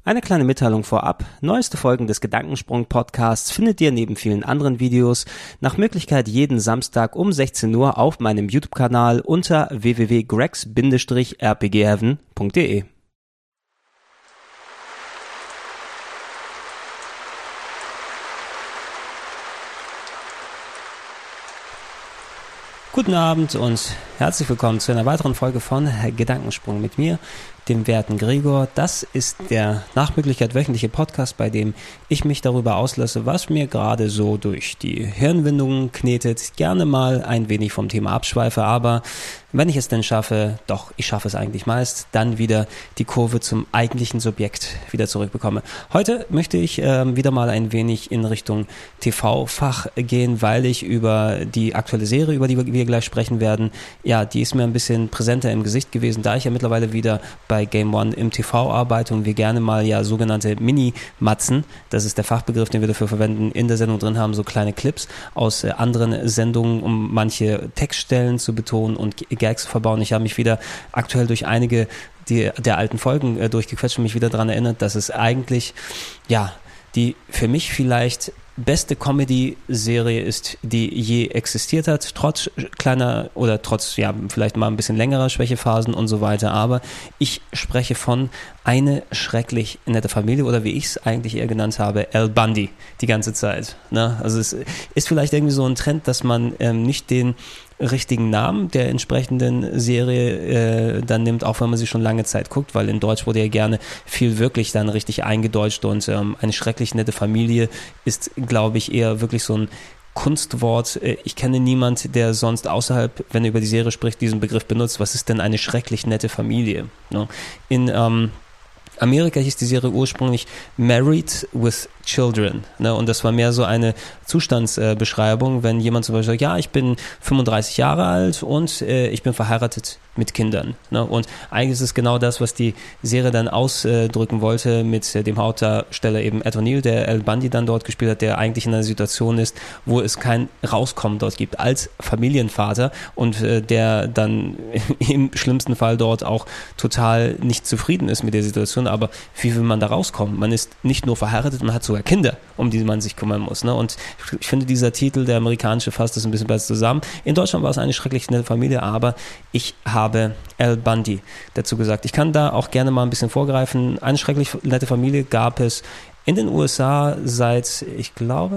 Eine kleine Mitteilung vorab. Neueste Folgen des Gedankensprung-Podcasts findet ihr neben vielen anderen Videos nach Möglichkeit jeden Samstag um 16 Uhr auf meinem YouTube-Kanal unter www.gregs-rpgheaven.de. Guten Abend und herzlich willkommen zu einer weiteren Folge von Gedankensprung mit mir, dem werten Gregor. Das ist der nach Möglichkeit wöchentliche Podcast, bei dem ich mich darüber auslasse, was mir gerade so durch die Hirnwindungen knetet. Gerne mal ein wenig vom Thema abschweife, aber wenn ich es denn schaffe, doch, ich schaffe es eigentlich meist, dann wieder die Kurve zum eigentlichen Subjekt wieder zurückbekomme. Heute möchte ich wieder mal ein wenig in Richtung TV-Fach gehen, weil ich über die aktuelle Serie, über die wir gleich sprechen werden, ja, die ist mir ein bisschen präsenter im Gesicht gewesen, da ich ja mittlerweile wieder bei Game One im TV arbeite und wir gerne mal ja sogenannte Mini-Matzen, das ist der Fachbegriff, den wir dafür verwenden, in der Sendung drin haben, so kleine Clips aus anderen Sendungen, um manche Textstellen zu betonen und Gags zu verbauen. Ich habe mich wieder aktuell durch einige der alten Folgen durchgequetscht und mich wieder daran erinnert, dass es eigentlich, ja, die für mich vielleicht beste Comedy-Serie ist, die je existiert hat, trotz kleiner oder trotz, ja, vielleicht mal ein bisschen längerer Schwächephasen und so weiter, aber ich spreche von Eine schrecklich nette Familie oder wie ich es eigentlich eher genannt habe, Al Bundy, die ganze Zeit. Ne? Also es ist vielleicht irgendwie so ein Trend, dass man nicht den richtigen Namen der entsprechenden Serie dann nimmt, auch wenn man sie schon lange Zeit guckt, weil in Deutsch wurde ja gerne viel wirklich dann richtig eingedeutscht und Eine schrecklich nette Familie ist, glaube ich, eher wirklich so ein Kunstwort. Ich kenne niemand, der sonst außerhalb, wenn er über die Serie spricht, diesen Begriff benutzt. Was ist denn eine schrecklich nette Familie? Ne? In Amerika hieß die Serie ursprünglich Married with Children, ne? Und das war mehr so eine Zustandsbeschreibung, wenn jemand zum Beispiel sagt, ja, ich bin 35 Jahre alt und ich bin verheiratet mit Kindern, ne? Und eigentlich ist es genau das, was die Serie dann ausdrücken wollte mit dem Hauptdarsteller eben Ed O'Neill, der Al Bundy dann dort gespielt hat, der eigentlich in einer Situation ist, wo es kein Rauskommen dort gibt als Familienvater und der dann im schlimmsten Fall dort auch total nicht zufrieden ist mit der Situation, aber wie will man da rauskommen? Man ist nicht nur verheiratet, man hat sogar Kinder, um die man sich kümmern muss, ne? Und ich finde, dieser Titel, der amerikanische, fasst das ein bisschen besser zusammen. In Deutschland war es Eine schrecklich nette Familie, aber ich habe Al Bundy dazu gesagt. Ich kann da auch gerne mal ein bisschen vorgreifen. Eine schrecklich nette Familie gab es in den USA seit, ich glaube,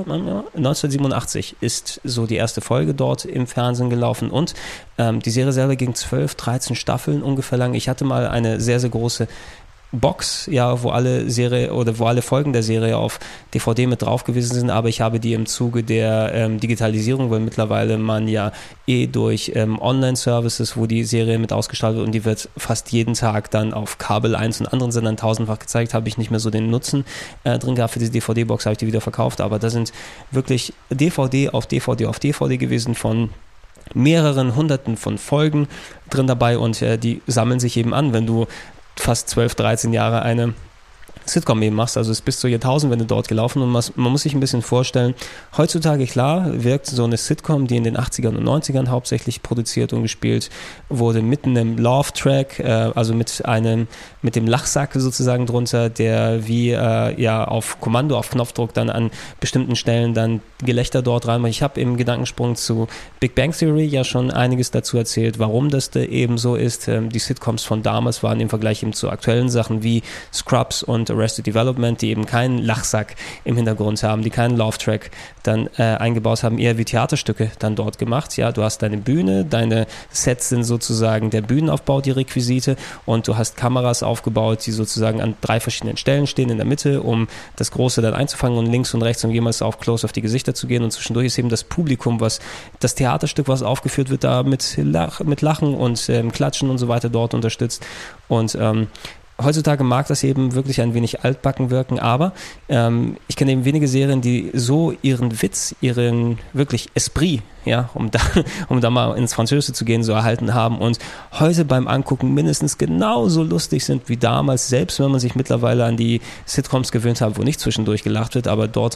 1987 ist so die erste Folge dort im Fernsehen gelaufen und die Serie selber ging 12, 13 Staffeln ungefähr lang. Ich hatte mal eine sehr, sehr große Box, ja, wo alle Folgen der Serie auf DVD mit drauf gewesen sind, aber ich habe die im Zuge der Digitalisierung, weil mittlerweile man ja durch Online-Services, wo die Serie mit ausgestrahlt wird und die wird fast jeden Tag dann auf Kabel 1 und anderen Sendern tausendfach gezeigt, habe ich nicht mehr so den Nutzen drin gehabt. Für diese DVD-Box habe ich die wieder verkauft, aber da sind wirklich DVD auf DVD auf DVD gewesen von mehreren Hunderten von Folgen drin dabei und die sammeln sich eben an, wenn du fast 12, 13 Jahre eine Sitcom eben machst, also es ist bis zur Jahrtausendwende dort gelaufen und man muss sich ein bisschen vorstellen, heutzutage klar wirkt so eine Sitcom, die in den 80ern und 90ern hauptsächlich produziert und gespielt wurde, mit einem Laugh-Track, also mit dem Lachsack sozusagen drunter, der wie auf Kommando, auf Knopfdruck dann an bestimmten Stellen dann Gelächter dort reinmacht. Ich habe im Gedankensprung zu Big Bang Theory ja schon einiges dazu erzählt, warum das da eben so ist. Die Sitcoms von damals waren im Vergleich eben zu aktuellen Sachen wie Scrubs und Arrested Development, die eben keinen Lachsack im Hintergrund haben, die keinen Laugh-Track dann eingebaut haben, eher wie Theaterstücke dann dort gemacht. Ja, du hast deine Bühne, deine Sets sind sozusagen der Bühnenaufbau, die Requisite und du hast Kameras aufgebaut, die sozusagen an 3 verschiedenen Stellen stehen in der Mitte, um das Große dann einzufangen und links und rechts, um jemals auf Close auf die Gesichter zu gehen und zwischendurch ist eben das Publikum, was das Theaterstück, was aufgeführt wird, da mit Lachen und Klatschen und so weiter dort unterstützt und heutzutage mag das eben wirklich ein wenig altbacken wirken, aber ich kenne eben wenige Serien, die so ihren Witz, ihren wirklich Esprit, ja, um da mal ins Französische zu gehen, so erhalten haben und heute beim Angucken mindestens genauso lustig sind wie damals, selbst wenn man sich mittlerweile an die Sitcoms gewöhnt hat, wo nicht zwischendurch gelacht wird, aber dort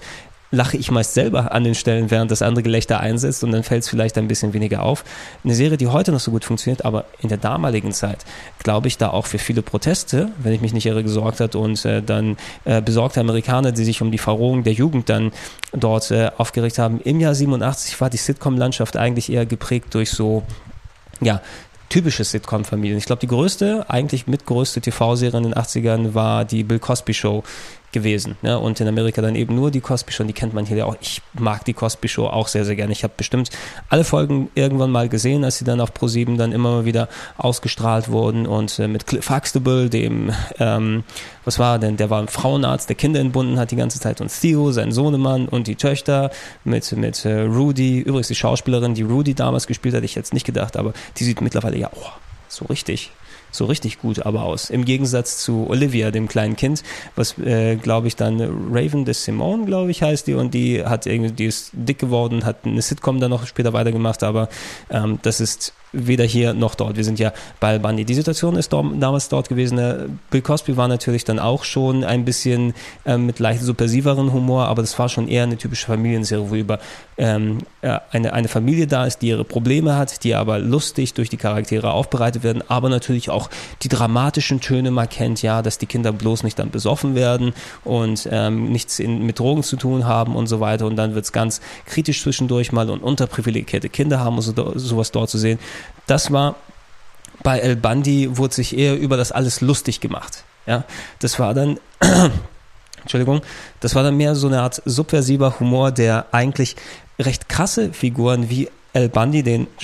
lache ich meist selber an den Stellen, während das andere Gelächter einsetzt und dann fällt es vielleicht ein bisschen weniger auf. Eine Serie, die heute noch so gut funktioniert, aber in der damaligen Zeit, glaube ich, da auch für viele Proteste, wenn ich mich nicht irre, gesorgt hat und dann besorgte Amerikaner, die sich um die Verrohung der Jugend dann dort aufgeregt haben. Im Jahr 87 war die Sitcom-Landschaft eigentlich eher geprägt durch so, ja, typische Sitcom-Familien. Ich glaube, die eigentlich mitgrößte TV-Serie in den 80ern war die Bill Cosby Show gewesen. Ne? Und in Amerika dann eben nur die Cosby Show, die kennt man hier ja auch. Ich mag die Cosby Show auch sehr, sehr gerne. Ich habe bestimmt alle Folgen irgendwann mal gesehen, als sie dann auf Pro7 dann immer mal wieder ausgestrahlt wurden und mit Cliff Huxtable, dem, was war denn, der war ein Frauenarzt, der Kinder entbunden hat die ganze Zeit und Theo, sein Sohnemann und die Töchter mit Rudy, übrigens die Schauspielerin, die Rudy damals gespielt hat, ich hätte es nicht gedacht, aber die sieht mittlerweile ja so richtig gut aber aus. Im Gegensatz zu Olivia, dem kleinen Kind, was, glaube ich, dann Raven DeSimone, glaube ich, heißt die, und die ist dick geworden, hat eine Sitcom dann noch später weitergemacht, aber das ist weder hier noch dort. Wir sind ja bei Al Bundy. Die Situation ist damals dort gewesen. Bill Cosby war natürlich dann auch schon ein bisschen mit leicht subversiveren Humor, aber das war schon eher eine typische Familienserie, wo über eine Familie da ist, die ihre Probleme hat, die aber lustig durch die Charaktere aufbereitet werden, aber natürlich auch die dramatischen Töne man kennt, ja, dass die Kinder bloß nicht dann besoffen werden und nichts mit Drogen zu tun haben und so weiter, und dann wird es ganz kritisch zwischendurch mal und unterprivilegierte Kinder haben, sowas dort zu sehen. Das war bei Al Bundy, wurde sich eher über das alles lustig gemacht. Ja, das war dann, das war dann mehr so eine Art subversiver Humor, der eigentlich recht krasse Figuren wie Al Bundy,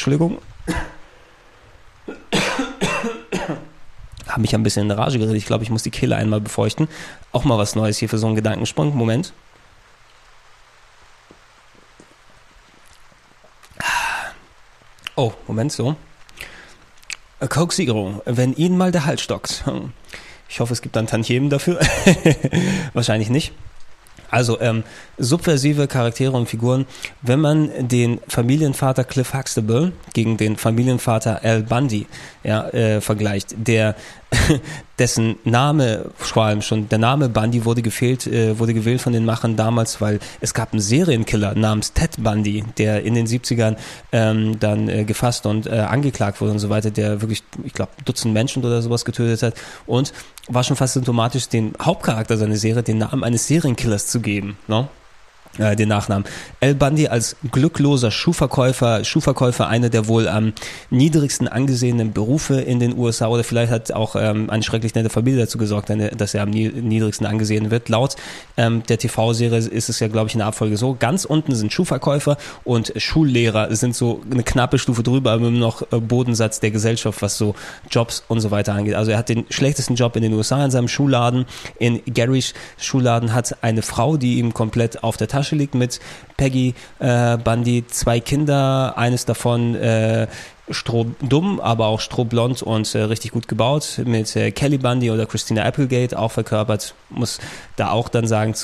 habe mich ein bisschen in der Rage geredet. Ich glaube, ich muss die Kehle einmal befeuchten. Auch mal was Neues hier für so einen Gedankensprung. Moment. Oh, Moment, so. Coke Zero, wenn Ihnen mal der Hals stockt. Ich hoffe, es gibt dann Tantiemen dafür. Wahrscheinlich nicht. Also subversive Charaktere und Figuren. Wenn man den Familienvater Cliff Huxtable gegen den Familienvater Al Bundy vergleicht, dessen Name, vor allem schon der Name Bundy wurde gewählt von den Machern damals, weil es gab einen Serienkiller namens Ted Bundy, der in den 70ern dann gefasst und angeklagt wurde und so weiter, der wirklich, ich glaube, Dutzend Menschen oder sowas getötet hat, und war schon fast symptomatisch, den Hauptcharakter seiner Serie den Namen eines Serienkillers zu geben, ne? Den Nachnamen. Al Bundy als glückloser Schuhverkäufer, einer der wohl am niedrigsten angesehenen Berufe in den USA, oder vielleicht hat auch eine schrecklich nette Familie dazu gesorgt, dass er am niedrigsten angesehen wird. Laut der TV-Serie ist es ja, glaube ich, in der Abfolge so. Ganz unten sind Schuhverkäufer und Schullehrer sind so eine knappe Stufe drüber, aber immer noch Bodensatz der Gesellschaft, was so Jobs und so weiter angeht. Also er hat den schlechtesten Job in den USA in seinem Schuhladen. In Garys Schuhladen hat eine Frau, die ihm komplett auf der Tasche liegt, mit Peggy Bundy, 2 Kinder, eines davon strohdumm, aber auch strohblond und richtig gut gebaut, mit Kelly Bundy oder Christina Applegate auch verkörpert, muss da auch dann sagen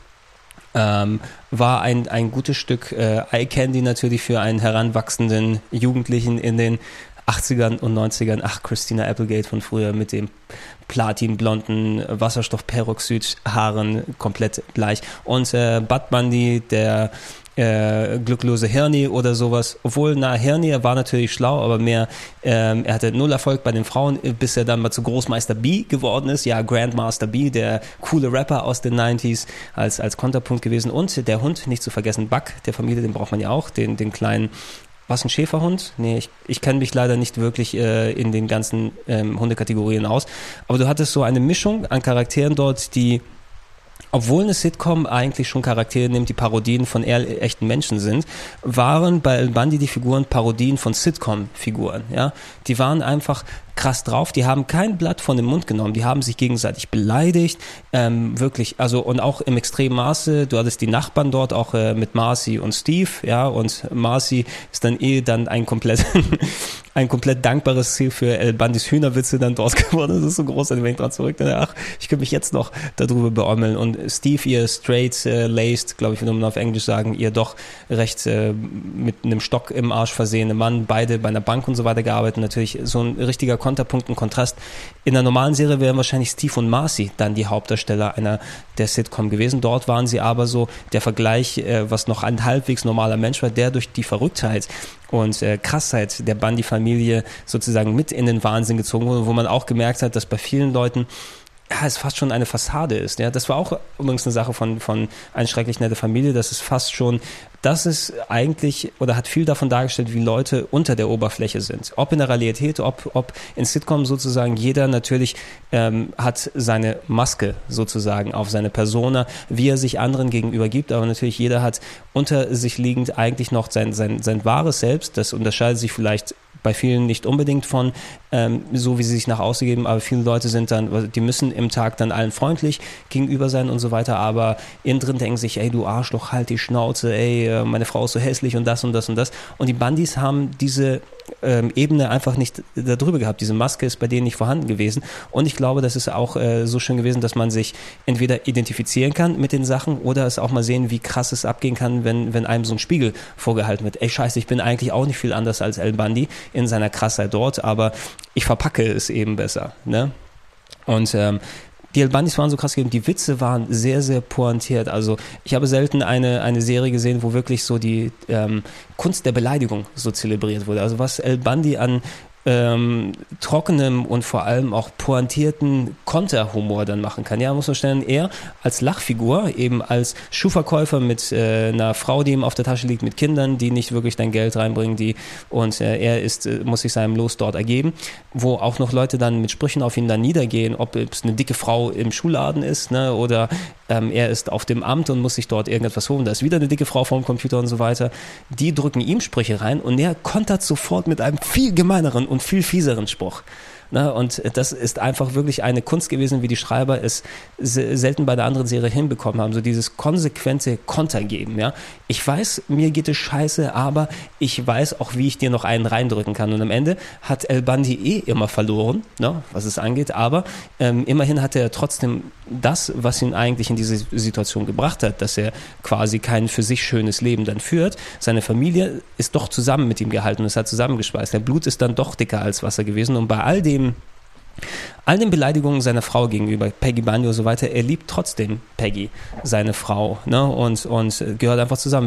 war ein gutes Stück Eye Candy natürlich für einen heranwachsenden Jugendlichen in den 80ern und 90ern. Ach, Christina Applegate von früher mit dem platinblonden Wasserstoffperoxidhaaren, komplett bleich. Und Bud Bundy, der glücklose Hirni oder sowas. Obwohl, Hirni, er war natürlich schlau, aber mehr, er hatte null Erfolg bei den Frauen, bis er dann mal zu Großmeister B geworden ist. Ja, Grandmaster B, der coole Rapper aus den 90s, als Konterpunkt gewesen. Und der Hund, nicht zu vergessen, Buck, der Familie, den braucht man ja auch, den kleinen. Was, ein Schäferhund? Nee, ich kenne mich leider nicht wirklich in den ganzen Hundekategorien aus. Aber du hattest so eine Mischung an Charakteren dort, die, obwohl eine Sitcom eigentlich schon Charaktere nimmt, die Parodien von eher echten Menschen sind, waren bei Al Bundy die Figuren Parodien von Sitcom-Figuren. Ja? Die waren einfach krass drauf, die haben kein Blatt von dem Mund genommen, die haben sich gegenseitig beleidigt, wirklich, also, und auch im extremen Maße. Du hattest die Nachbarn dort auch mit Marcy und Steve, ja, und Marcy ist dann dann ein komplett ein komplett dankbares Ziel für El Bundys Hühnerwitze dann dort geworden. Das ist so groß, wenn ich dran zurückdenke. Ach, ich könnte mich jetzt noch darüber beäumeln. Und Steve, ihr straight-laced, glaube ich, würde man auf Englisch sagen, ihr doch recht mit einem Stock im Arsch versehene Mann, beide bei einer Bank und so weiter gearbeitet. Natürlich so ein richtiger Konterpunkt, ein Kontrast. In der normalen Serie wären wahrscheinlich Steve und Marcy dann die Hauptdarsteller einer der Sitcom gewesen. Dort waren sie aber so der Vergleich, was noch ein halbwegs normaler Mensch war, der durch die Verrücktheit und Krassheit der Bundy-Familie sozusagen mit in den Wahnsinn gezogen wurde, wo man auch gemerkt hat, dass bei vielen Leuten es fast schon eine Fassade ist. Ja, das war auch übrigens eine Sache von Eine schrecklich nette Familie, dass es fast schon, das ist eigentlich, oder hat viel davon dargestellt, wie Leute unter der Oberfläche sind. Ob in der Realität, ob in Sitcom sozusagen, jeder natürlich hat seine Maske sozusagen auf seine Persona, wie er sich anderen gegenüber gibt, aber natürlich jeder hat unter sich liegend eigentlich noch sein wahres Selbst. Das unterscheidet sich vielleicht bei vielen nicht unbedingt von, so wie sie sich nach außen geben, aber viele Leute sind dann, die müssen im Tag dann allen freundlich gegenüber sein und so weiter, aber innen drin denken sich, ey, du Arschloch, halt die Schnauze, ey, meine Frau ist so hässlich und das und das und das. Und die Bundys haben diese Ebene einfach nicht darüber gehabt. Diese Maske ist bei denen nicht vorhanden gewesen. Und ich glaube, das ist auch so schön gewesen, dass man sich entweder identifizieren kann mit den Sachen oder es auch mal sehen, wie krass es abgehen kann, wenn einem so ein Spiegel vorgehalten wird. Ey, scheiße, ich bin eigentlich auch nicht viel anders als El Bundy in seiner Krassheit dort, aber ich verpacke es eben besser. Ne? Und die El Bundys waren so krass gegeben, die Witze waren sehr, sehr pointiert. Also ich habe selten eine Serie gesehen, wo wirklich so die Kunst der Beleidigung so zelebriert wurde. Also was El Bundy an trockenem und vor allem auch pointierten Konterhumor dann machen kann. Ja, muss man stellen, er als Lachfigur, eben als Schuhverkäufer mit einer Frau, die ihm auf der Tasche liegt, mit Kindern, die nicht wirklich dein Geld reinbringen, und er muss sich seinem Los dort ergeben, wo auch noch Leute dann mit Sprüchen auf ihn dann niedergehen, ob es eine dicke Frau im Schuhladen ist, ne, oder er ist auf dem Amt und muss sich dort irgendetwas holen, da ist wieder eine dicke Frau vor dem Computer und so weiter. Die drücken ihm Sprüche rein und er kontert sofort mit einem viel gemeineren und viel fieseren Spruch. Na, und das ist einfach wirklich eine Kunst gewesen, wie die Schreiber es selten bei der anderen Serie hinbekommen haben. So dieses konsequente Kontergeben. Ja? Ich weiß, mir geht es scheiße, aber ich weiß auch, wie ich dir noch einen reindrücken kann. Und am Ende hat El Bundy immer verloren, ne, was es angeht. Aber immerhin hatte er trotzdem das, was ihn eigentlich in diese Situation gebracht hat, dass er quasi kein für sich schönes Leben dann führt. Seine Familie ist doch zusammen mit ihm gehalten und es hat zusammengeschweißt. Der Blut ist dann doch dicker als Wasser gewesen und bei all den Beleidigungen seiner Frau gegenüber, Peggy Bundy und so weiter, er liebt trotzdem Peggy, seine Frau, ne, und gehört einfach zusammen.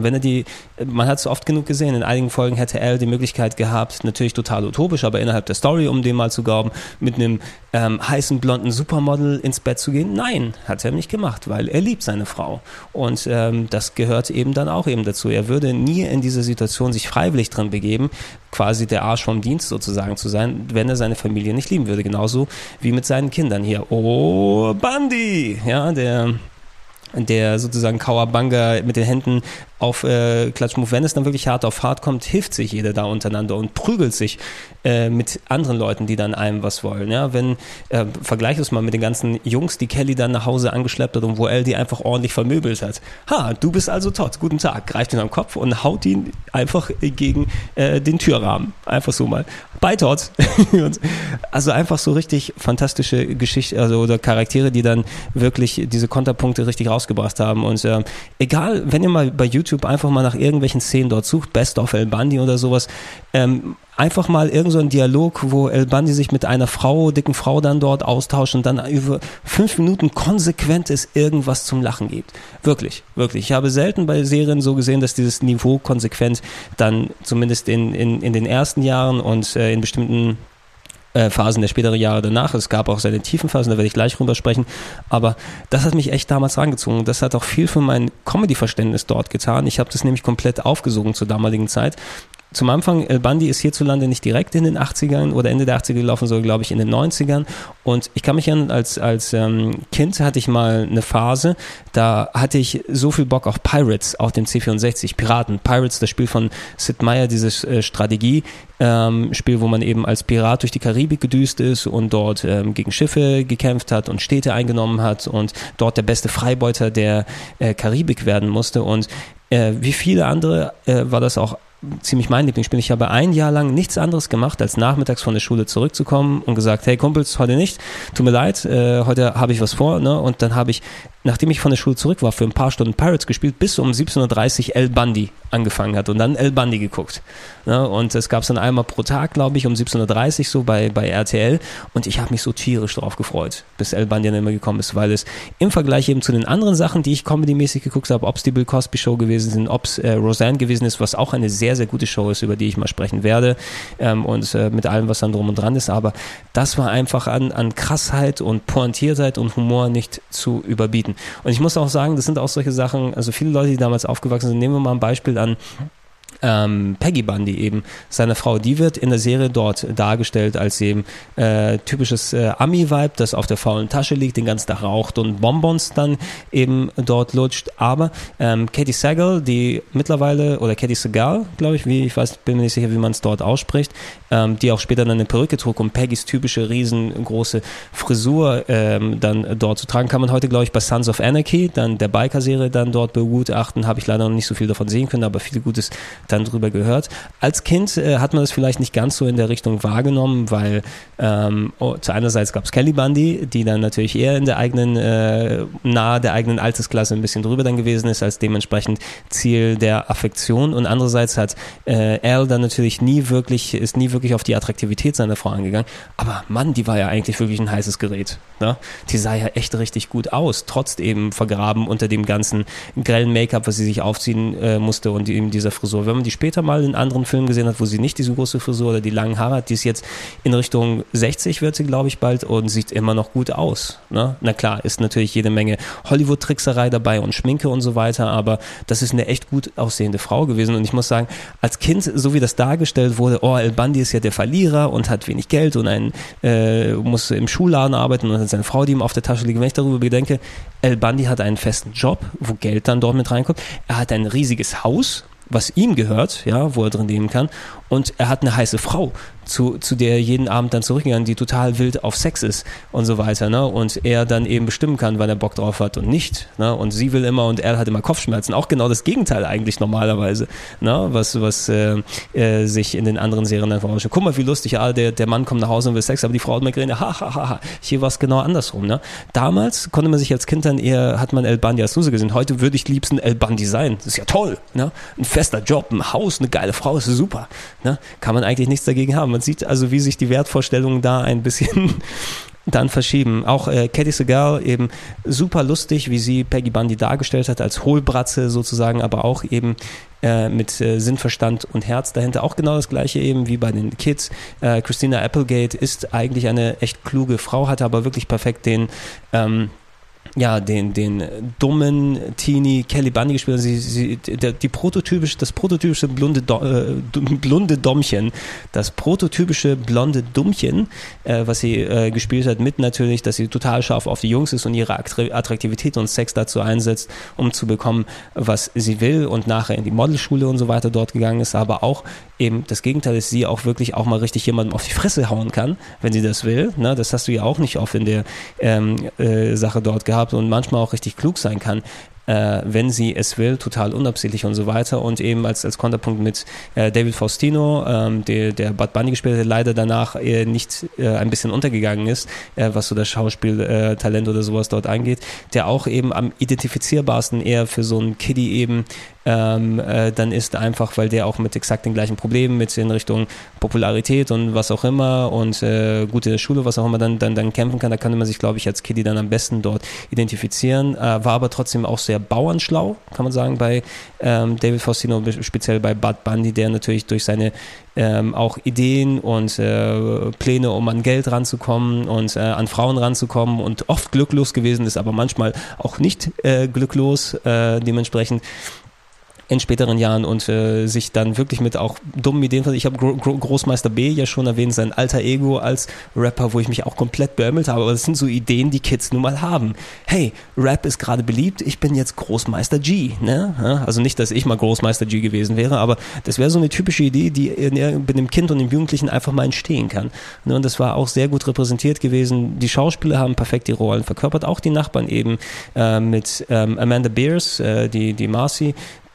Man hat es oft genug gesehen, in einigen Folgen hätte Al die Möglichkeit gehabt, natürlich total utopisch, aber innerhalb der Story, um dem mal zu glauben, mit einem heißen, blonden Supermodel ins Bett zu gehen. Nein, hat er nicht gemacht, weil er liebt seine Frau. Und das gehört eben dann auch eben dazu. Er würde nie in diese Situation sich freiwillig drin begeben, quasi der Arsch vom Dienst sozusagen zu sein, wenn er seine Familie nicht lieben würde. Genauso wie mit seinen Kindern hier. Oh, Bundy! Ja, der sozusagen Kawabanga mit den Händen auf Klatschmuff, wenn es dann wirklich hart auf hart kommt, hilft sich jeder da untereinander und prügelt sich mit anderen Leuten, die dann einem was wollen. Ja, vergleich es mal mit den ganzen Jungs, die Kelly dann nach Hause angeschleppt hat und wo Elle die einfach ordentlich vermöbelt hat. Ha, du bist also Todd, guten Tag, greift ihn am Kopf und haut ihn einfach gegen den Türrahmen. Einfach so mal. Bei Todd. Also einfach so richtig fantastische Geschichte, also oder Charaktere, die dann wirklich diese Konterpunkte richtig rausgebracht haben. Und egal, wenn ihr mal bei YouTube einfach mal nach irgendwelchen Szenen dort sucht, Best of El Bundy oder sowas, einfach mal irgend so ein Dialog, wo El Bundy sich mit einer dicken Frau dann dort austauscht und dann über 5 Minuten konsequent es irgendwas zum Lachen gibt. Wirklich, wirklich. Ich habe selten bei Serien so gesehen, dass dieses Niveau konsequent dann zumindest in den ersten Jahren und in bestimmten Phasen der späteren Jahre danach. Es gab auch seine tiefen Phasen, da werde ich gleich drüber sprechen. Aber das hat mich echt damals rangezogen. Das hat auch viel für mein Comedy-Verständnis dort getan. Ich habe das nämlich komplett aufgesogen zur damaligen Zeit. Zum Anfang, El Bundy ist hierzulande nicht direkt in den 80ern oder Ende der 80er gelaufen, sondern glaube ich in den 90ern. Und ich kann mich erinnern, als Kind hatte ich mal eine Phase, da hatte ich so viel Bock auf Pirates auf dem C64, Piraten. Pirates, das Spiel von Sid Meier, dieses Strategie-Spiel, wo man eben als Pirat durch die Karibik gedüst ist und dort gegen Schiffe gekämpft hat und Städte eingenommen hat und dort der beste Freibeuter der Karibik werden musste. Und wie viele andere war das auch ziemlich mein Lieblingsspiel. Ich habe ein Jahr lang nichts anderes gemacht, als nachmittags von der Schule zurückzukommen und gesagt, hey Kumpels, heute nicht, tut mir leid, heute habe ich was vor, ne? Und dann habe ich, nachdem ich von der Schule zurück war, für ein paar Stunden Pirates gespielt, bis um 17:30 Uhr El Bundy angefangen hat und dann El Bundy geguckt. Ne? Und es gab es dann einmal pro Tag, glaube ich, um 17:30 Uhr so bei RTL und ich habe mich so tierisch drauf gefreut, bis El Bundy dann immer gekommen ist, weil es im Vergleich eben zu den anderen Sachen, die ich comedy-mäßig geguckt habe, ob es die Bill Cosby Show gewesen sind, ob es Roseanne gewesen ist, was auch eine sehr, sehr gute Show ist, über die ich mal sprechen werde und mit allem, was dann drum und dran ist, aber das war einfach an Krassheit und Pointiertheit und Humor nicht zu überbieten. Und ich muss auch sagen, das sind auch solche Sachen, also viele Leute, die damals aufgewachsen sind, nehmen wir mal ein Beispiel an Peggy Bundy eben, seine Frau, die wird in der Serie dort dargestellt als eben typisches Ami-Vibe, das auf der faulen Tasche liegt, den ganzen Tag raucht und Bonbons dann eben dort lutscht, aber Katey Sagal, die mittlerweile, oder Katey Sagal, glaube ich, bin mir nicht sicher, wie man es dort ausspricht, die auch später dann eine Perücke trug, um Peggys typische riesengroße Frisur dann dort zu tragen, kann man heute, glaube ich, bei Sons of Anarchy, dann der Biker-Serie dann dort begutachten, habe ich leider noch nicht so viel davon sehen können, aber viel Gutes dann drüber gehört. Als Kind hat man das vielleicht nicht ganz so in der Richtung wahrgenommen, weil zu einerseits gab es Kelly Bundy, die dann natürlich eher in der eigenen, nahe der eigenen Altersklasse ein bisschen drüber dann gewesen ist, als dementsprechend Ziel der Affektion, und andererseits hat Al dann natürlich nie wirklich auf die Attraktivität seiner Frau angegangen, aber Mann, die war ja eigentlich wirklich ein heißes Gerät, ne? Die sah ja echt richtig gut aus, trotz eben vergraben unter dem ganzen grellen Make-up, was sie sich aufziehen musste und eben dieser Frisur. Wenn man die später mal in anderen Filmen gesehen hat, wo sie nicht diese große Frisur oder die langen Haare hat, die ist jetzt in Richtung 60, wird sie, glaube ich, bald, und sieht immer noch gut aus, ne? Na klar, ist natürlich jede Menge Hollywood-Trickserei dabei und Schminke und so weiter, aber das ist eine echt gut aussehende Frau gewesen, und ich muss sagen, als Kind, so wie das dargestellt wurde, oh, El Bundy ist ja der Verlierer und hat wenig Geld und muss im Schulladen arbeiten und hat seine Frau, die ihm auf der Tasche liegt. Wenn ich darüber bedenke, El Bundy hat einen festen Job, wo Geld dann dort mit reinkommt, er hat ein riesiges Haus, was ihm gehört, ja, wo er drin leben kann, und er hat eine heiße Frau, zu der er jeden Abend dann zurückgegangen, die total wild auf Sex ist und so weiter, ne, und er dann eben bestimmen kann, wann er Bock drauf hat und nicht, ne, und sie will immer und er hat immer Kopfschmerzen, auch genau das Gegenteil eigentlich normalerweise, ne, was sich in den anderen Serien einfach ausschaut. Guck mal, wie lustig, der Mann kommt nach Hause und will Sex, aber die Frau hat Migräne, ha, hier war es genau andersrum, ne. Damals konnte man sich als Kind dann eher, hat man El Bundy als Loser gesehen, heute würde ich liebsten El Bundy sein, das ist ja toll, ne, ein fester Job, ein Haus, eine geile Frau, ist super, ne, kann man eigentlich nichts dagegen haben. Man sieht also, wie sich die Wertvorstellungen da ein bisschen dann verschieben. Auch Katey Sagal, eben super lustig, wie sie Peggy Bundy dargestellt hat, als Hohlbratze sozusagen, aber auch eben mit Sinn, Verstand und Herz dahinter. Auch genau das gleiche eben wie bei den Kids. Christina Applegate ist eigentlich eine echt kluge Frau, hatte aber wirklich perfekt den dummen Teenie Kelly Bundy gespielt. Das prototypische blonde Dommchen, das prototypische blonde Dummchen, was sie gespielt hat, mit natürlich, dass sie total scharf auf die Jungs ist und ihre Attraktivität und Sex dazu einsetzt, um zu bekommen, was sie will, und nachher in die Modelschule und so weiter dort gegangen ist, aber auch eben das Gegenteil ist, sie auch wirklich auch mal richtig jemandem auf die Fresse hauen kann, wenn sie das will, ne? Das hast du ja auch nicht oft in der Sache dort gehabt, und manchmal auch richtig klug sein kann, wenn sie es will, total unabsichtlich und so weiter, und eben als Konterpunkt mit David Faustino, der Bud Bundy gespielt hat, der leider danach nicht ein bisschen untergegangen ist, was so das Schauspieltalent oder sowas dort angeht, der auch eben am identifizierbarsten eher für so einen Kiddie eben dann ist, einfach weil der auch mit exakt den gleichen Problemen mit in Richtung Popularität und was auch immer und gute Schule, was auch immer dann kämpfen kann. Da könnte man sich, glaube ich, als Kiddie dann am besten dort identifizieren, war aber trotzdem auch sehr bauernschlau, kann man sagen, bei David Faustino, speziell bei Bud Bundy, der natürlich durch seine auch Ideen und Pläne, um an Geld ranzukommen und an Frauen ranzukommen, und oft glücklos gewesen ist, aber manchmal auch nicht glücklos, dementsprechend in späteren Jahren, und sich dann wirklich mit auch dummen Ideen, ich habe Großmeister B ja schon erwähnt, sein alter Ego als Rapper, wo ich mich auch komplett beömmelt habe, aber das sind so Ideen, die Kids nun mal haben. Hey, Rap ist gerade beliebt, ich bin jetzt Großmeister G, ne? Also nicht, dass ich mal Großmeister G gewesen wäre, aber das wäre so eine typische Idee, die bei dem Kind und dem Jugendlichen einfach mal entstehen kann. Ne? Und das war auch sehr gut repräsentiert gewesen. Die Schauspieler haben perfekt die Rollen verkörpert, auch die Nachbarn eben mit Amanda Beers, die Marcy,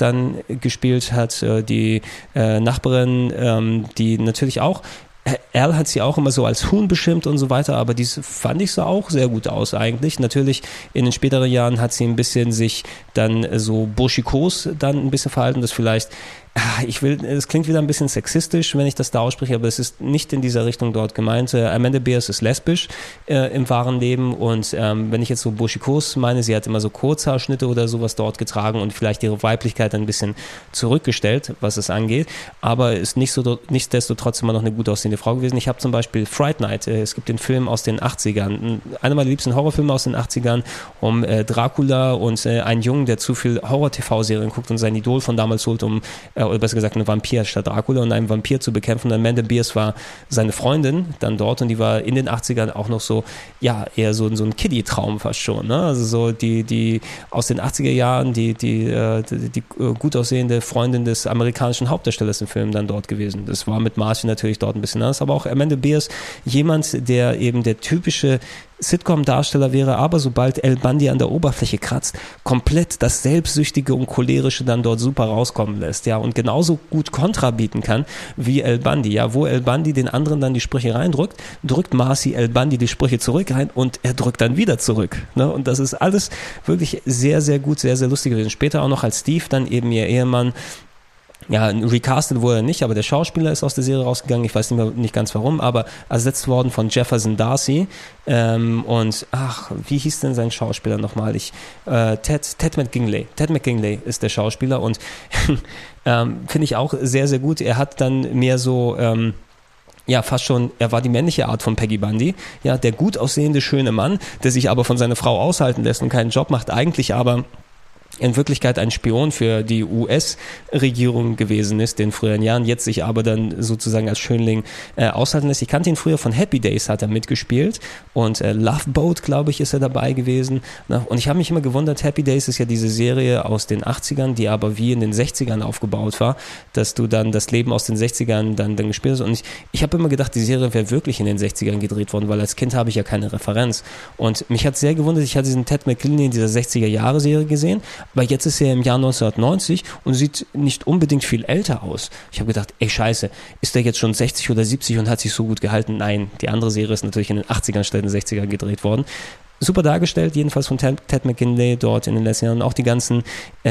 dann gespielt hat, die Nachbarin, die natürlich auch, Al hat sie auch immer so als Huhn beschimpft und so weiter, aber dies fand ich sah auch sehr gut aus eigentlich. Natürlich in den späteren Jahren hat sie ein bisschen sich dann so burschikos dann ein bisschen verhalten, das vielleicht, es klingt wieder ein bisschen sexistisch, wenn ich das da ausspreche, aber es ist nicht in dieser Richtung dort gemeint. Amanda Beers ist lesbisch im wahren Leben und wenn ich jetzt so burschikos meine, sie hat immer so Kurzhaarschnitte oder sowas dort getragen und vielleicht ihre Weiblichkeit ein bisschen zurückgestellt, was es angeht, aber ist nichtsdestotrotz immer noch eine gut aussehende Frau gewesen. Ich habe zum Beispiel Fright Night, es gibt den Film aus den 80ern, einer meiner liebsten Horrorfilme aus den 80ern, um Dracula und einen Jungen, der zu viel Horror-TV-Serien guckt und sein Idol von damals holt, oder besser gesagt einen Vampir statt Dracula und einen Vampir zu bekämpfen. Und Amanda Beers war seine Freundin dann dort und die war in den 80ern auch noch so, ja, eher so ein Kiddie-Traum fast schon, ne? Also so die aus den 80er Jahren, die gut aussehende Freundin des amerikanischen Hauptdarstellers im Film dann dort gewesen. Das war mit Marcy natürlich dort ein bisschen anders, aber auch Amanda Beers, jemand, der eben der typische Sitcom-Darsteller wäre, aber sobald Al Bundy an der Oberfläche kratzt, komplett das Selbstsüchtige und Cholerische dann dort super rauskommen lässt, ja, und genauso gut Kontra bieten kann wie Al Bundy, ja, wo Al Bundy den anderen dann die Sprüche reindrückt, drückt Marcy Al Bundy die Sprüche zurück rein und er drückt dann wieder zurück, ne, und das ist alles wirklich sehr, sehr gut, sehr, sehr lustig gewesen. Später auch noch als Steve dann eben ihr Ehemann, ja, recastet wurde er nicht, aber der Schauspieler ist aus der Serie rausgegangen, ich weiß nicht ganz warum, aber ersetzt worden von Jefferson Darcy und wie hieß denn sein Schauspieler nochmal? Ted McGinley ist der Schauspieler und finde ich auch sehr, sehr gut. Er hat dann mehr so fast schon, er war die männliche Art von Peggy Bundy, ja, der gut aussehende, schöne Mann, der sich aber von seiner Frau aushalten lässt und keinen Job macht, eigentlich aber in Wirklichkeit ein Spion für die US-Regierung gewesen ist in früheren Jahren, jetzt sich aber dann sozusagen als Schönling aushalten lässt. Ich kannte ihn früher von Happy Days, hat er mitgespielt und Love Boat, glaube ich, ist er dabei gewesen. Und ich habe mich immer gewundert, Happy Days ist ja diese Serie aus den 80ern, die aber wie in den 60ern aufgebaut war, dass du dann das Leben aus den 60ern dann gespielt hast. Und ich habe immer gedacht, die Serie wäre wirklich in den 60ern gedreht worden, weil als Kind habe ich ja keine Referenz. Und mich hat sehr gewundert, ich hatte diesen Ted McGinley in dieser 60er-Jahre-Serie gesehen, aber jetzt ist er im Jahr 1990 und sieht nicht unbedingt viel älter aus. Ich habe gedacht, ey Scheiße, ist der jetzt schon 60 oder 70 und hat sich so gut gehalten? Nein, die andere Serie ist natürlich in den 80ern statt in den 60ern gedreht worden. Super dargestellt, jedenfalls von Ted McGinley dort in den letzten Jahren. Und auch die ganzen,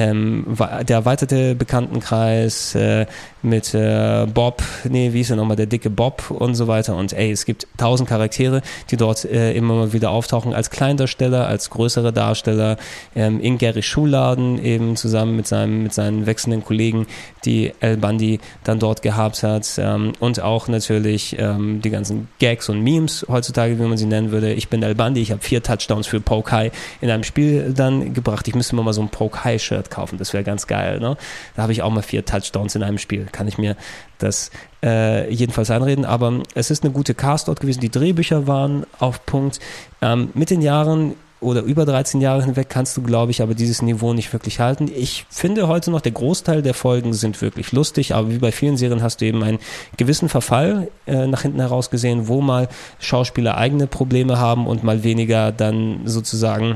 der erweiterte Bekanntenkreis mit Bob, wie ist er nochmal, der dicke Bob und so weiter. Und es gibt 1000 Charaktere, die dort immer mal wieder auftauchen, als Kleindarsteller, als größere Darsteller, in Garys Schuhladen eben zusammen mit seinen wechselnden Kollegen, die Al Bundy dann dort gehabt hat. Und auch natürlich die ganzen Gags und Memes heutzutage, wie man sie nennen würde. Ich bin Al Bundy, ich habe 4 Touchdowns für Polk High in einem Spiel dann gebracht. Ich müsste mir mal so ein Polk High Shirt kaufen, das wäre ganz geil, ne? Da habe ich auch mal 4 Touchdowns in einem Spiel. Kann ich mir das jedenfalls einreden, aber es ist eine gute Cast dort gewesen. Die Drehbücher waren auf Punkt. Mit den Jahren oder über 13 Jahre hinweg kannst du, glaube ich, aber dieses Niveau nicht wirklich halten. Ich finde heute noch, der Großteil der Folgen sind wirklich lustig, aber wie bei vielen Serien hast du eben einen gewissen Verfall nach hinten heraus gesehen, wo mal Schauspieler eigene Probleme haben und mal weniger dann sozusagen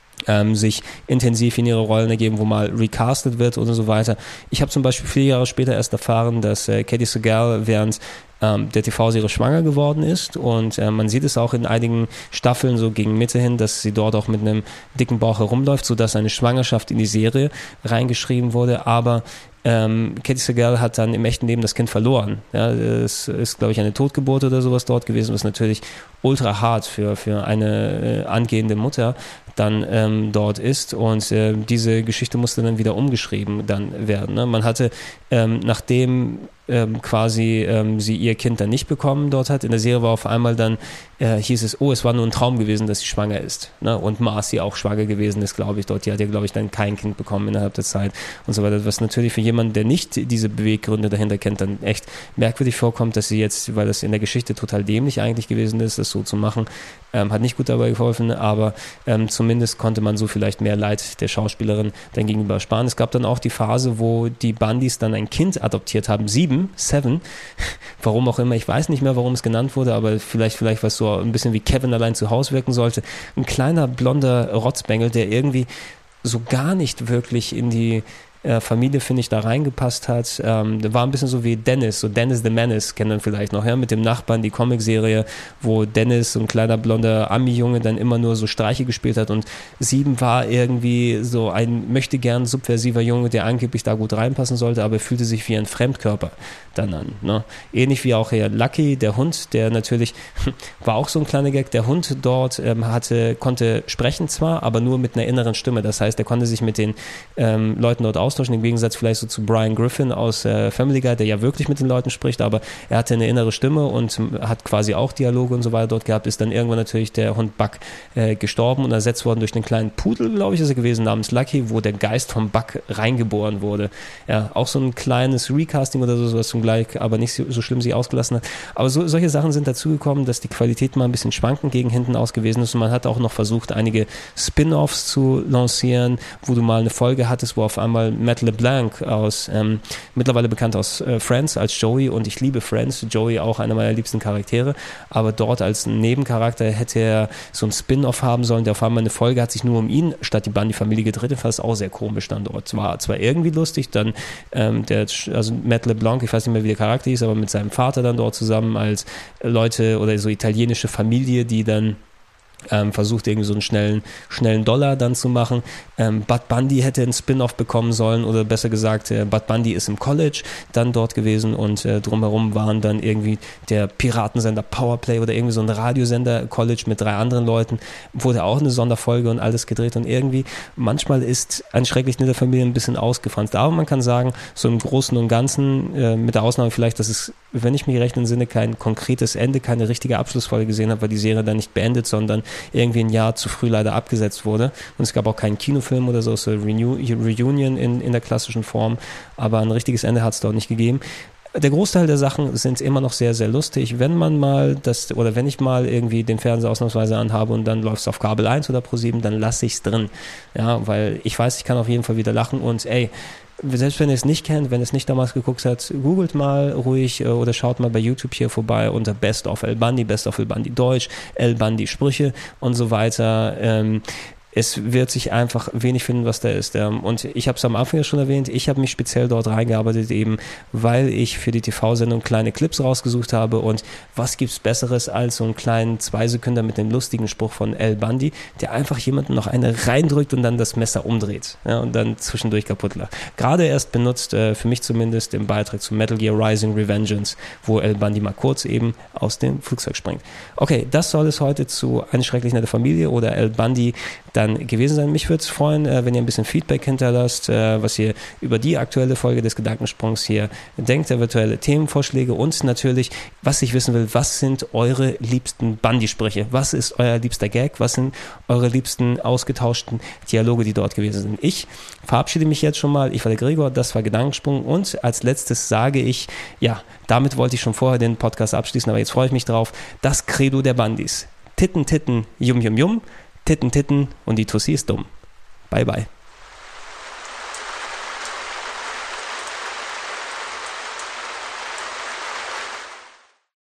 sich intensiv in ihre Rollen ergeben, wo mal recastet wird und so weiter. Ich habe zum Beispiel 4 Jahre später erst erfahren, dass Katey Sagal während der TV-Serie schwanger geworden ist und man sieht es auch in einigen Staffeln so gegen Mitte hin, dass sie dort auch mit einem dicken Bauch herumläuft, sodass eine Schwangerschaft in die Serie reingeschrieben wurde, aber Katey Sagal hat dann im echten Leben das Kind verloren. Ja, es ist, glaube ich, eine Totgeburt oder sowas dort gewesen, was natürlich ultra hart für eine angehende Mutter dann dort ist und diese Geschichte musste dann wieder umgeschrieben dann werden. Ne? Man hatte, nachdem quasi sie ihr Kind dann nicht bekommen dort hat, in der Serie war auf einmal dann, hieß es, es war nur ein Traum gewesen, dass sie schwanger ist. Ne? Und Marcy auch schwanger gewesen ist, glaube ich, dort. Die hat ja, glaube ich, dann kein Kind bekommen innerhalb der Zeit und so weiter. Was natürlich für jemanden, der nicht diese Beweggründe dahinter kennt, dann echt merkwürdig vorkommt, dass sie jetzt, weil das in der Geschichte total dämlich eigentlich gewesen ist, das so zu machen, hat nicht gut dabei geholfen, aber zumindest konnte man so vielleicht mehr Leid der Schauspielerin dann gegenüber sparen. Es gab dann auch die Phase, wo die Bundys dann ein Kind adoptiert haben, 7, warum auch immer, ich weiß nicht mehr, warum es genannt wurde, aber vielleicht was so ein bisschen wie Kevin allein zu Hause wirken sollte. Ein kleiner blonder Rotzbengel, der irgendwie so gar nicht wirklich in die Familie, finde ich, da reingepasst hat. War ein bisschen so wie Dennis, so Dennis the Menace, kennt man vielleicht noch, ja, mit dem Nachbarn, die Comicserie, wo Dennis, so ein kleiner blonder Ami-Junge, dann immer nur so Streiche gespielt hat und 7 war irgendwie so ein möchtegern subversiver Junge, der angeblich da gut reinpassen sollte, aber er fühlte sich wie ein Fremdkörper dann an. Ne? Ähnlich wie auch hier Lucky, der Hund, der natürlich, war auch so ein kleiner Gag, der Hund dort konnte sprechen zwar, aber nur mit einer inneren Stimme. Das heißt, er konnte sich mit den Leuten dort austauschen, im Gegensatz vielleicht so zu Brian Griffin aus Family Guy, der ja wirklich mit den Leuten spricht, aber er hatte eine innere Stimme und hat quasi auch Dialoge und so weiter dort gehabt, ist dann irgendwann natürlich der Hund Buck gestorben und ersetzt worden durch einen kleinen Pudel, glaube ich, ist er gewesen, namens Lucky, wo der Geist vom Buck reingeboren wurde. Ja, auch so ein kleines Recasting oder so, was zum Gleich, aber nicht so schlimm sich ausgelassen hat. Aber solche Sachen sind dazugekommen, dass die Qualität mal ein bisschen schwankend gegen hinten aus gewesen ist und man hat auch noch versucht, einige Spin-Offs zu lancieren, wo du mal eine Folge hattest, wo auf einmal Matt LeBlanc aus, mittlerweile bekannt aus Friends als Joey, und ich liebe Friends, Joey auch einer meiner liebsten Charaktere, aber dort als Nebencharakter hätte er so ein Spin-Off haben sollen, der auf einmal eine Folge hat sich nur um ihn statt die Bundy-Familie gedreht, fand es auch sehr komisch dann dort. War zwar irgendwie lustig, dann also Matt LeBlanc, ich weiß nicht mehr, wie der Charakter hieß, aber mit seinem Vater dann dort zusammen als Leute oder so italienische Familie, die dann versucht irgendwie so einen schnellen Dollar dann zu machen. Bud Bundy hätte einen Spin-Off bekommen sollen, oder besser gesagt, Bud Bundy ist im College dann dort gewesen und drumherum waren dann irgendwie der Piratensender Powerplay oder irgendwie so ein Radiosender College mit 3 anderen Leuten, wurde auch eine Sonderfolge und alles gedreht und irgendwie, manchmal ist ein schrecklich nette Familie ein bisschen ausgefranst, aber man kann sagen, so im Großen und Ganzen, mit der Ausnahme vielleicht, dass es, wenn ich mich recht entsinne, kein konkretes Ende, keine richtige Abschlussfolge gesehen habe, weil die Serie dann nicht beendet, sondern irgendwie ein Jahr zu früh leider abgesetzt wurde. Und es gab auch keinen Kinofilm oder so Reunion in der klassischen Form, aber ein richtiges Ende hat es dort nicht gegeben. Der Großteil der Sachen sind immer noch sehr, sehr lustig. Wenn man mal wenn ich mal irgendwie den Fernseher ausnahmsweise anhabe und dann läuft es auf Kabel 1 oder Pro7, dann lasse ich es drin. Ja, weil ich weiß, ich kann auf jeden Fall wieder lachen und selbst wenn ihr es nicht kennt, wenn ihr es nicht damals geguckt habt, googelt mal ruhig oder schaut mal bei YouTube hier vorbei unter Best of El Bundy, Best of El Bundy Deutsch, El Bundy Sprüche und so weiter. Es wird sich einfach wenig finden, was da ist. Und ich habe es am Anfang ja schon erwähnt, ich habe mich speziell dort reingearbeitet, eben weil ich für die TV-Sendung kleine Clips rausgesucht habe. Und was gibt's Besseres als so einen kleinen 2-Sekünder mit dem lustigen Spruch von El Bundy, der einfach jemanden noch eine reindrückt und dann das Messer umdreht, ja, und dann zwischendurch kaputt lacht. Gerade erst benutzt, für mich zumindest, im Beitrag zu Metal Gear Rising Revengeance, wo El Bundy mal kurz eben aus dem Flugzeug springt. Okay, das soll es heute zu Eine schrecklich nette Familie oder El Bundy dann gewesen sein. Mich würde es freuen, wenn ihr ein bisschen Feedback hinterlasst, was ihr über die aktuelle Folge des Gedankensprungs hier denkt, eventuelle Themenvorschläge und natürlich, was ich wissen will, was sind eure liebsten Bundy-Sprüche? Was ist euer liebster Gag? Was sind eure liebsten ausgetauschten Dialoge, die dort gewesen sind? Ich verabschiede mich jetzt schon mal. Ich war der Gregor, das war Gedankensprung und als letztes sage ich, ja, damit wollte ich schon vorher den Podcast abschließen, aber jetzt freue ich mich drauf, das Credo der Bundys. Titten, Titten, Yum, Yum, Yum. Titten, Titten und die Tussi ist dumm. Bye, bye.